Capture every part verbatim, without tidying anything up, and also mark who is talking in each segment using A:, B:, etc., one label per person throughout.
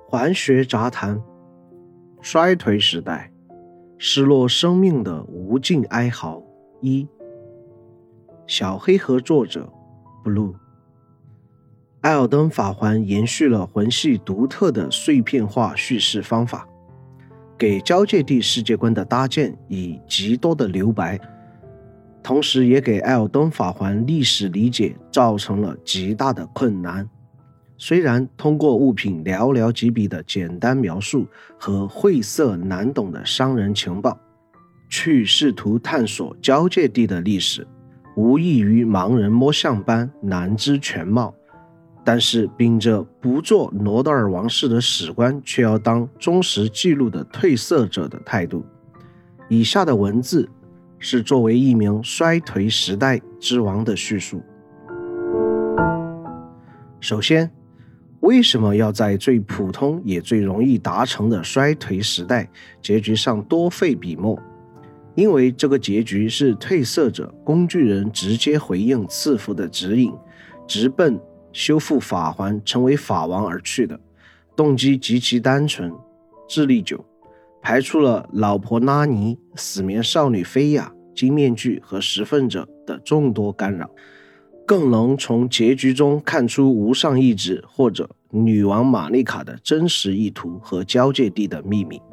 A: 环学杂谈，衰颓时代，失落生命的无尽哀嚎。一，小黑盒作者 Blue。 艾尔登法环延续了魂系独特的碎片化叙事方法，给交界地世界观的搭建以极多的留白，同时也给艾尔登法环历史理解造成了极大的困难。虽然通过物品寥寥几笔的简单描述和晦涩难懂的商人情报，去试图探索交界地的历史，无异于盲人摸象般难知全貌，但是秉着不做罗德尔王室的史官却要当忠实记录的褪色者的态度。以下的文字是作为一名衰颓时代之王的叙述。首先，为什么要在最普通也最容易达成的衰颓时代结局上多费笔墨？因为这个结局是褪色者工具人直接回应赐福的指引，直奔修复法环成为法王而去的，动机极其单纯，智力九，排除了老婆拉尼、死眠少女菲亚、金面具和食粪者的众多干扰，更能从结局中看出无上意志或者女王玛丽卡的真实意图和交界地的秘密。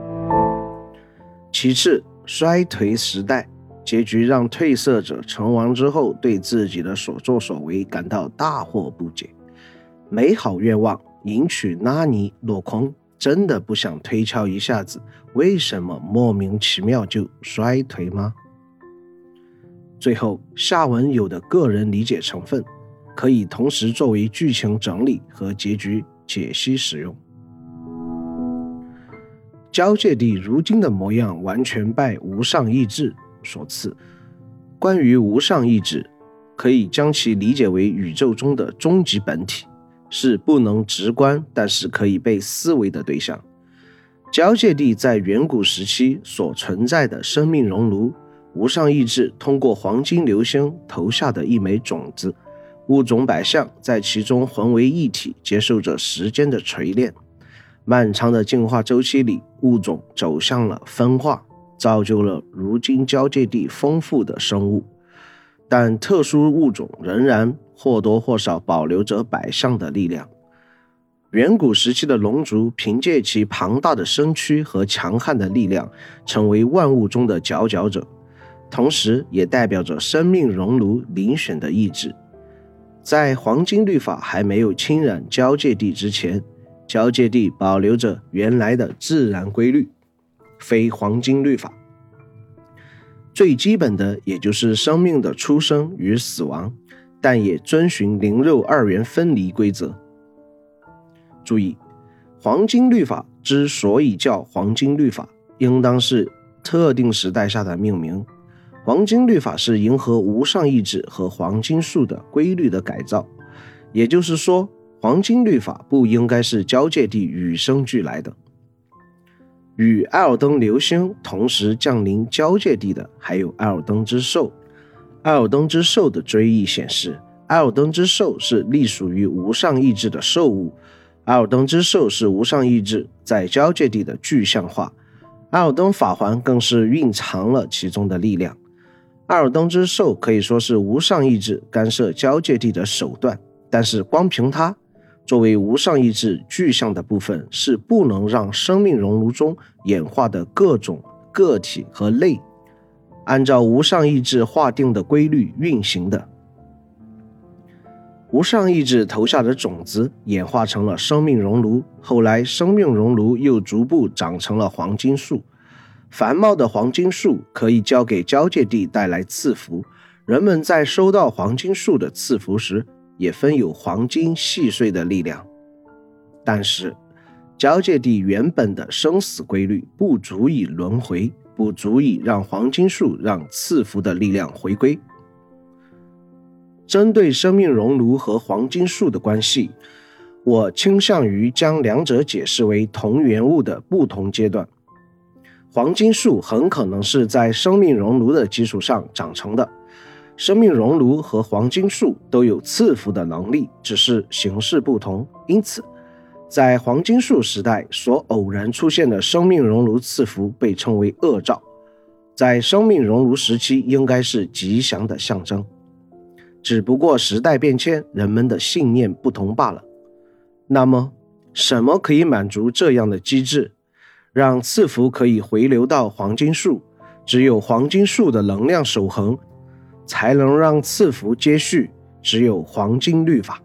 A: 其次，衰颓时代结局让褪色者成王之后对自己的所作所为感到大惑不解，美好愿望迎娶拉尼落空，真的不想推敲一下子为什么莫名其妙就衰颓吗？最后，下文有的个人理解成分可以同时作为剧情整理和结局解析使用。交界地如今的模样完全拜无上意志所赐。关于无上意志，可以将其理解为宇宙中的终极本体，是不能直观但是可以被思维的对象。交界地在远古时期所存在的生命熔炉，无上意志通过黄金流星投下的一枚种子，物种百象在其中混为一体，接受着时间的锤炼。漫长的进化周期里，物种走向了分化，造就了如今交界地丰富的生物，但特殊物种仍然或多或少保留着百象的力量。远古时期的龙族凭借其庞大的身躯和强悍的力量，成为万物中的佼佼者，同时也代表着生命熔炉遴选的意志。在黄金律法还没有侵染交界地之前，交界地保留着原来的自然规律，非黄金律法。最基本的也就是生命的出生与死亡，但也遵循灵肉二元分离规则。注意，黄金律法之所以叫黄金律法，应当是特定时代下的命名。黄金律法是迎合无上意志和黄金术的规律的改造，也就是说，黄金律法不应该是交界地与生俱来的。与艾尔登流星同时降临交界地的还有艾尔登之兽。艾尔登之兽的追忆显示，艾尔登之兽是隶属于无上意志的兽物，艾尔登之兽是无上意志在交界地的具象化，艾尔登法环更是蕴藏了其中的力量。艾尔登之兽可以说是无上意志干涉交界地的手段，但是光凭它作为无上意志具象的部分，是不能让生命熔炉中演化的各种个体和类按照无上意志划定的规律运行的。无上意志投下的种子演化成了生命熔炉，后来生命熔炉又逐步长成了黄金树。繁茂的黄金树可以交给交界地带来赐福，人们在收到黄金树的赐福时也分有黄金细碎的力量。但是交界地原本的生死规律不足以轮回，不足以让黄金树让赐福的力量回归。针对生命熔炉和黄金树的关系，我倾向于将两者解释为同源物的不同阶段。黄金树很可能是在生命熔炉的基础上长成的，生命熔炉和黄金树都有赐福的能力，只是形式不同，因此在黄金树时代所偶然出现的生命熔炉赐福被称为恶兆，在生命熔炉时期应该是吉祥的象征，只不过时代变迁，人们的信念不同罢了。那么什么可以满足这样的机制，让赐福可以回流到黄金树？只有黄金树的能量守恒，才能让赐福接续，只有黄金律法。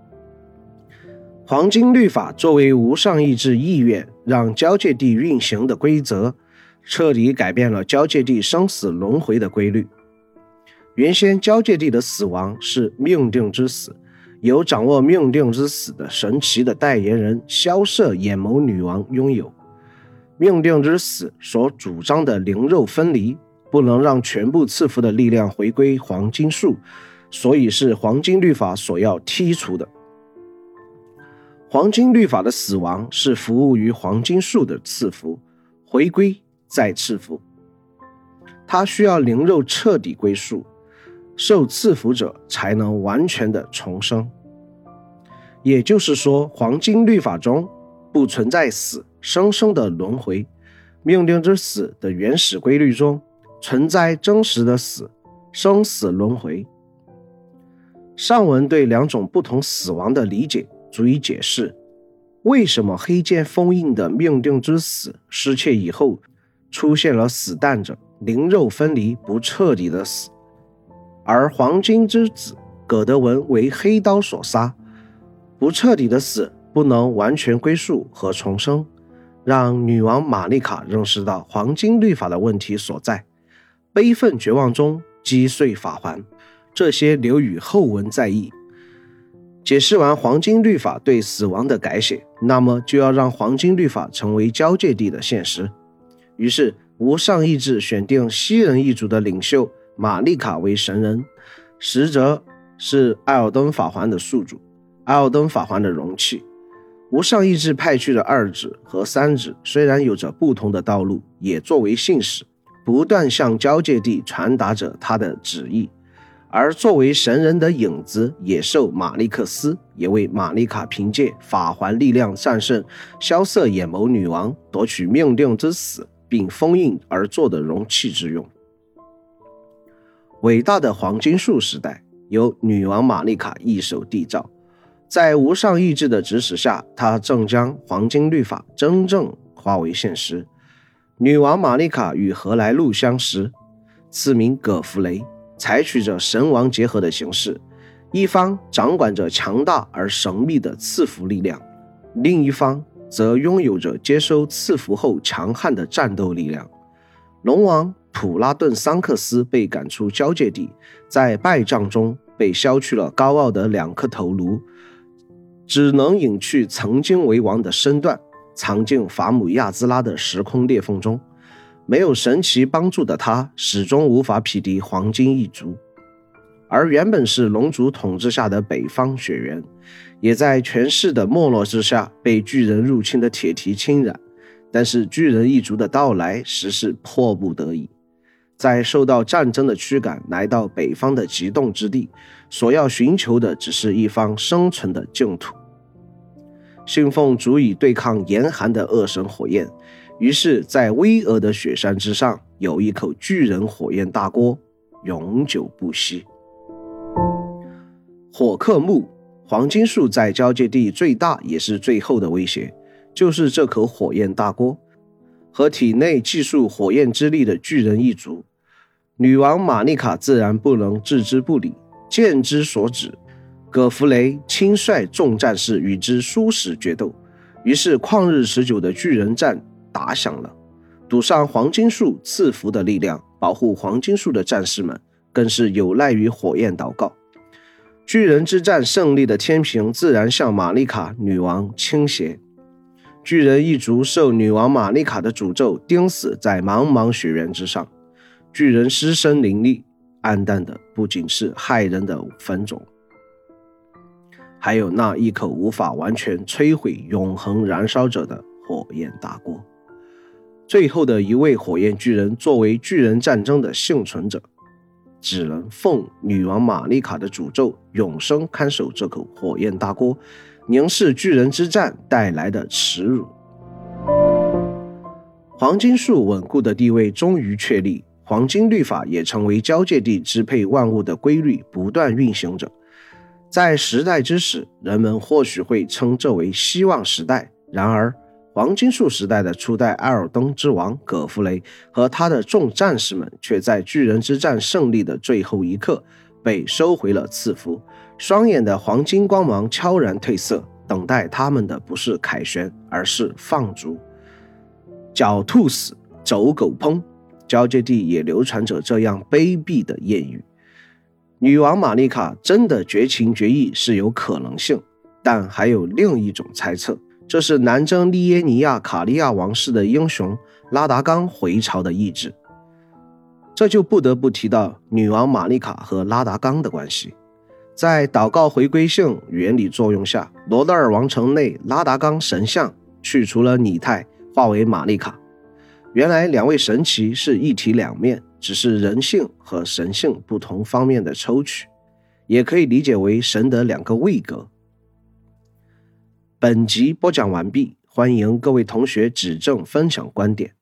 A: 黄金律法作为无上意志意愿让交界地运行的规则，彻底改变了交界地生死轮回的规律。原先交界地的死亡是命定之死，由掌握命定之死的神奇的代言人萧瑟眼眸女王拥有。命定之死所主张的灵肉分离，不能让全部赐福的力量回归黄金树，所以是黄金律法所要剔除的。黄金律法的死亡是服务于黄金树的赐福，回归再赐福。它需要灵肉彻底归宿，受赐福者才能完全的重生。也就是说，黄金律法中不存在死生生的轮回，命定之死的原始规律中存在真实的死生死轮回。上文对两种不同死亡的理解足以解释为什么黑剑封印的命定之死失窃以后出现了死诞者灵肉分离不彻底的死，而黄金之子葛德文为黑刀所杀，不彻底的死不能完全归宿和重生，让女王玛丽卡认识到黄金律法的问题所在，悲愤绝望中击碎法环，这些留与后文再议。解释完黄金律法对死亡的改写，那么就要让黄金律法成为交界地的现实。于是无上意志选定西人一族的领袖玛丽卡为神人，实则是艾尔登法环的宿主，艾尔登法环的容器。无上意志派去的二子和三子虽然有着不同的道路，也作为信使不断向交界地传达着他的旨意，而作为神人的影子野兽马利克斯也为玛丽卡凭借法环力量战胜萧瑟眼眸女王，夺取命定之死并封印而做的容器之用。伟大的黄金树时代由女王玛丽卡一手缔造，在无上意志的指使下，她正将黄金律法真正化为现实。女王玛丽卡与荷莱路相识，次名葛弗雷，采取着神王结合的形式，一方掌管着强大而神秘的赐福力量，另一方则拥有着接收赐福后强悍的战斗力量。龙王普拉顿桑克斯被赶出交界地，在败仗中被削去了高傲的两颗头颅，只能隐去曾经为王的身段，藏进法姆亚兹拉的时空裂缝中。没有神奇帮助的他始终无法匹敌黄金一族，而原本是龙族统治下的北方雪原，也在权势的没落之下被巨人入侵的铁蹄侵染。但是巨人一族的到来实是迫不得已，在受到战争的驱赶来到北方的极冻之地，所要寻求的只是一方生存的净土。信奉足以对抗严寒的恶神火焰，于是在巍峨的雪山之上有一口巨人火焰大锅，永久不息。火克木，黄金树在交界地最大也是最后的威胁，就是这口火焰大锅和体内寄宿火焰之力的巨人一族。女王玛丽卡自然不能置之不理，见之所指，葛弗雷亲率众战士与之殊死决斗，于是旷日持久的巨人战打响了。赌上黄金树赐福的力量，保护黄金树的战士们更是有赖于火焰祷告。巨人之战胜利的天平自然向玛丽卡女王倾斜，巨人一族受女王玛丽卡的诅咒钉死在茫茫雪原之上，巨人尸身林立，暗淡的不仅是害人的坟冢，还有那一口无法完全摧毁永恒燃烧着的火焰大锅。最后的一位火焰巨人作为巨人战争的幸存者， 只能奉女王玛丽卡的诅咒，永生看守这口火焰大锅，凝视巨人之战带来的耻辱。黄金树稳固的地位终于确立，黄金律法也成为交界地支配万物的规律，不断运行着。在时代之始，人们或许会称这为希望时代，然而黄金树时代的初代艾尔登之王葛弗雷和他的众战士们却在巨人之战胜利的最后一刻被收回了赐福，双眼的黄金光芒悄然褪色，等待他们的不是凯旋，而是放逐。狡兔死，走狗烹，交界地也流传着这样卑鄙的谚语。女王玛丽卡真的绝情绝义是有可能性，但还有另一种猜测，这是南征利耶尼亚卡利亚王室的英雄拉达冈回朝的意志。这就不得不提到女王玛丽卡和拉达冈的关系。在祷告回归性原理作用下，罗德尔王城内拉达冈神像去除了拟态，化为玛丽卡。原来两位神祇是一体两面，只是人性和神性不同方面的抽取，也可以理解为神的两个位格。本集播讲完毕，欢迎各位同学指正分享观点。